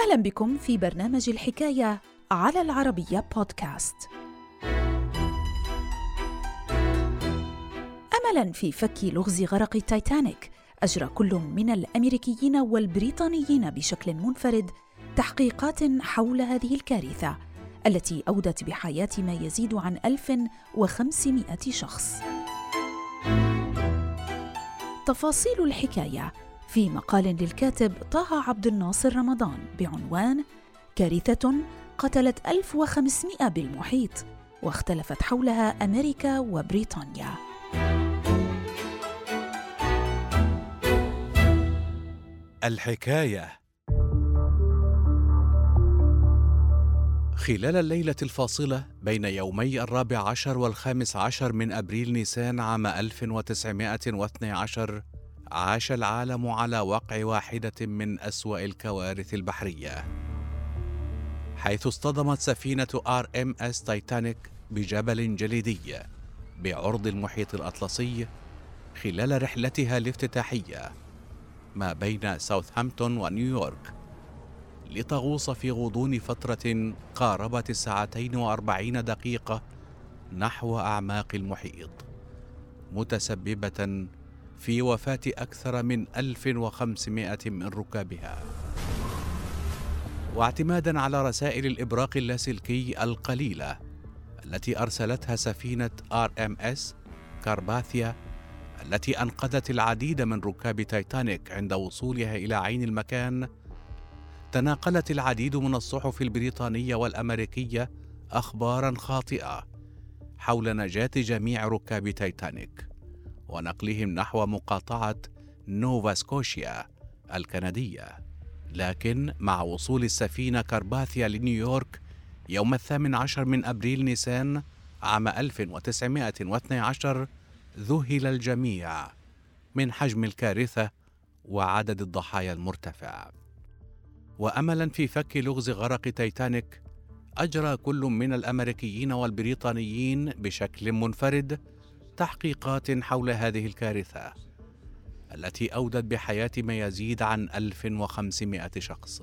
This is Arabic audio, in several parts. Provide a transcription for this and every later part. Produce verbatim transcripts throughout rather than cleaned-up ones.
أهلا بكم في برنامج الحكاية على العربية بودكاست. أملاً في فك لغز غرق التايتانيك، أجرى كل من الأمريكيين والبريطانيين بشكل منفرد تحقيقات حول هذه الكارثة التي أودت بحياة ما يزيد عن ألف وخمسمائة شخص. تفاصيل الحكاية في مقال للكاتب طه عبد الناصر رمضان بعنوان كارثة قتلت ألف وخمسمائة بالمحيط واختلفت حولها أمريكا وبريطانيا. الحكاية. خلال الليلة الفاصلة بين يومي الرابع عشر والخامس عشر من أبريل نيسان عام ألف وتسعمائة واثني عشر، عاش العالم على وقع واحدة من أسوأ الكوارث البحرية، حيث اصطدمت سفينة آر إم إس تايتانيك بجبل جليدي بعرض المحيط الأطلسي خلال رحلتها الافتتاحية ما بين ساوثهامبتون ونيويورك، لتغوص في غضون فترة قاربت الساعتين وأربعين دقيقة نحو أعماق المحيط، متسببة في وفاة أكثر من ألف وخمسمائة من ركابها. واعتمادا على رسائل الإبراق اللاسلكي القليلة التي أرسلتها سفينة آر إم إس كارباثيا التي أنقذت العديد من ركاب تايتانيك عند وصولها إلى عين المكان، تناقلت العديد من الصحف البريطانية والأمريكية أخباراً خاطئة حول نجاة جميع ركاب تايتانيك ونقلهم نحو مقاطعة نوفا سكوشيا الكندية. لكن مع وصول السفينة كارباثيا لنيويورك يوم الثامن عشر من أبريل نيسان عام ألف وتسعمائة واثني عشر، ذهل الجميع من حجم الكارثة وعدد الضحايا المرتفع. وأملاً في فك لغز غرق تايتانيك، أجرى كل من الأمريكيين والبريطانيين بشكل منفرد تحقيقات حول هذه الكارثة التي أودت بحياة ما يزيد عن ألف وخمسمائة شخص.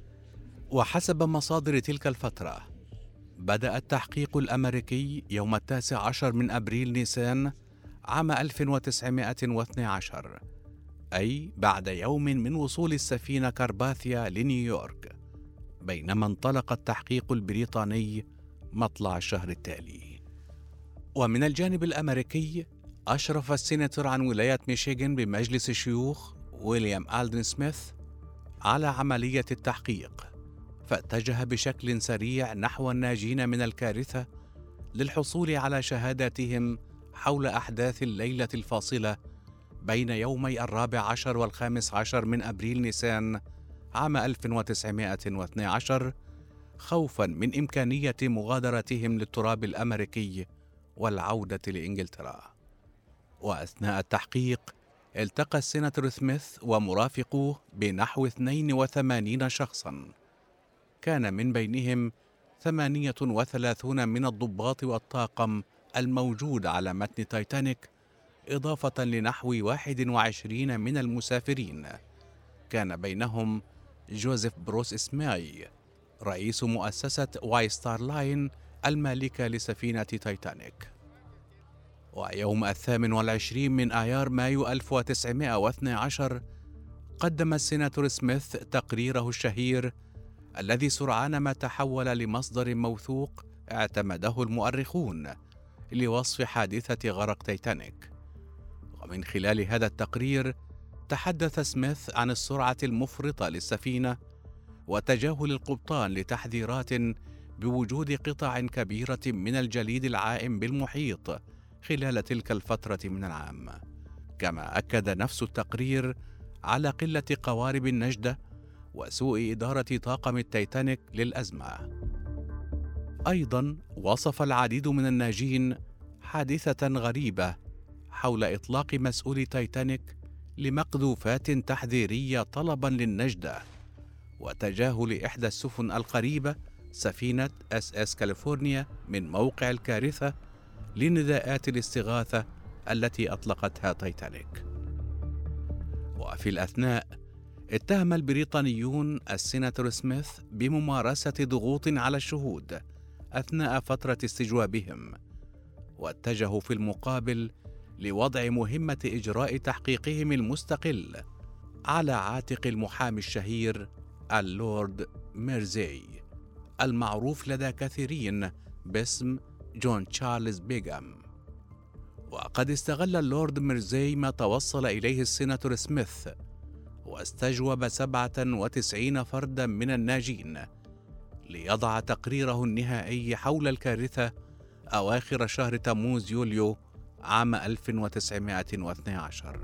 وحسب مصادر تلك الفترة، بدأ التحقيق الأمريكي يوم التاسع عشر من أبريل نيسان عام ألف وتسعمائة واثني عشر، أي بعد يوم من وصول السفينة كارباثيا لنيويورك، بينما انطلق التحقيق البريطاني مطلع الشهر التالي. ومن الجانب الأمريكي، أشرف السيناتور عن ولاية ميشيغان بمجلس الشيوخ ويليام ألدن سميث على عملية التحقيق، فاتجه بشكل سريع نحو الناجين من الكارثة للحصول على شهاداتهم حول أحداث الليلة الفاصلة بين يومي الرابع عشر والخامس عشر من أبريل نيسان عام ألف وتسعمائة واثني عشر، خوفاً من إمكانية مغادرتهم للتراب الأمريكي والعودة لإنجلترا. وأثناء التحقيق التقى السيناتور سميث ومرافقوه بنحو اثنين وثمانين شخصاً، كان من بينهم ثمانية وثلاثون من الضباط والطاقم الموجود على متن تايتانيك، إضافة لنحو واحد وعشرين من المسافرين، كان بينهم جوزيف بروس إسماي رئيس مؤسسة واي ستار لاين المالكة لسفينة تايتانيك. ويوم الثامن والعشرين من آيار مايو ألف وتسعمائة واثني عشر، قدم السيناتور سميث تقريره الشهير الذي سرعان ما تحول لمصدر موثوق اعتمده المؤرخون لوصف حادثة غرق تايتانيك. ومن خلال هذا التقرير تحدث سميث عن السرعة المفرطة للسفينة وتجاهل القبطان لتحذيرات بوجود قطع كبيرة من الجليد العائم بالمحيط خلال تلك الفترة من العام. كما أكد نفس التقرير على قلة قوارب النجدة وسوء إدارة طاقم التايتانيك للأزمة. أيضاً وصف العديد من الناجين حادثة غريبة حول إطلاق مسؤول تايتانيك لمقذوفات تحذيرية طلباً للنجدة وتجاهل إحدى السفن القريبة سفينة اس اس كاليفورنيا من موقع الكارثة لنداءات الاستغاثة التي أطلقتها تايتانيك. وفي الأثناء اتهم البريطانيون السيناتور سميث بممارسة ضغوط على الشهود أثناء فترة استجوابهم، واتجهوا في المقابل لوضع مهمة إجراء تحقيقهم المستقل على عاتق المحامي الشهير اللورد ميرزي، المعروف لدى كثيرين باسم جون تشارلز بيغام. وقد استغل اللورد ميرزي ما توصل إليه السيناتور سميث، واستجوب سبعة وتسعين فردا من الناجين ليضع تقريره النهائي حول الكارثة أواخر شهر تموز يوليو عام ألف وتسعمائة واثني عشر.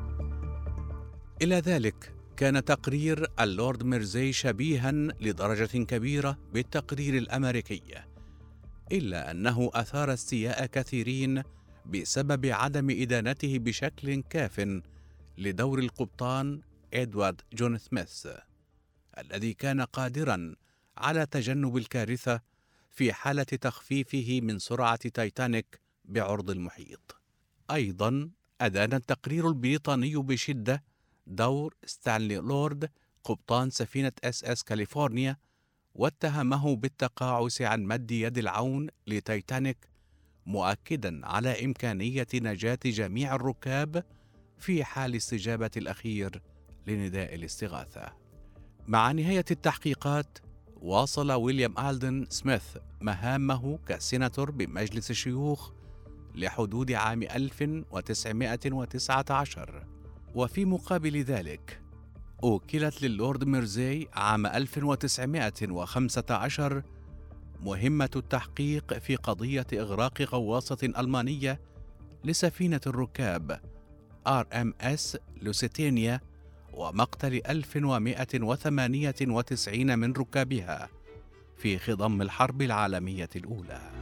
إلى ذلك كان تقرير اللورد ميرزي شبيها لدرجة كبيرة بالتقرير الأمريكي، إلا أنه أثار استياء كثيرين بسبب عدم إدانته بشكل كاف لدور القبطان إدوارد جون سميث، الذي كان قادرا على تجنب الكارثة في حالة تخفيفه من سرعة تايتانيك بعرض المحيط. أيضا أدان التقرير البريطاني بشدة دور ستانلي لورد قبطان سفينة اس اس كاليفورنيا، واتهمه بالتقاعس عن مد يد العون لتايتانيك، مؤكدا على إمكانية نجاة جميع الركاب في حال استجابة الأخير لنداء الاستغاثة. مع نهاية التحقيقات، واصل ويليام ألدن سميث مهامه كسيناتور بمجلس الشيوخ لحدود عام ألف وتسعمائة وتسعة عشر، وفي مقابل ذلك أوكلت للورد ميرزي عام ألف وتسعمائة وخمسة عشر مهمة التحقيق في قضية إغراق غواصة ألمانية لسفينة الركاب آر إم إس لوسيتينيا، ومقتل ألف ومائة وثمانية وتسعين من ركابها في خضم الحرب العالمية الأولى.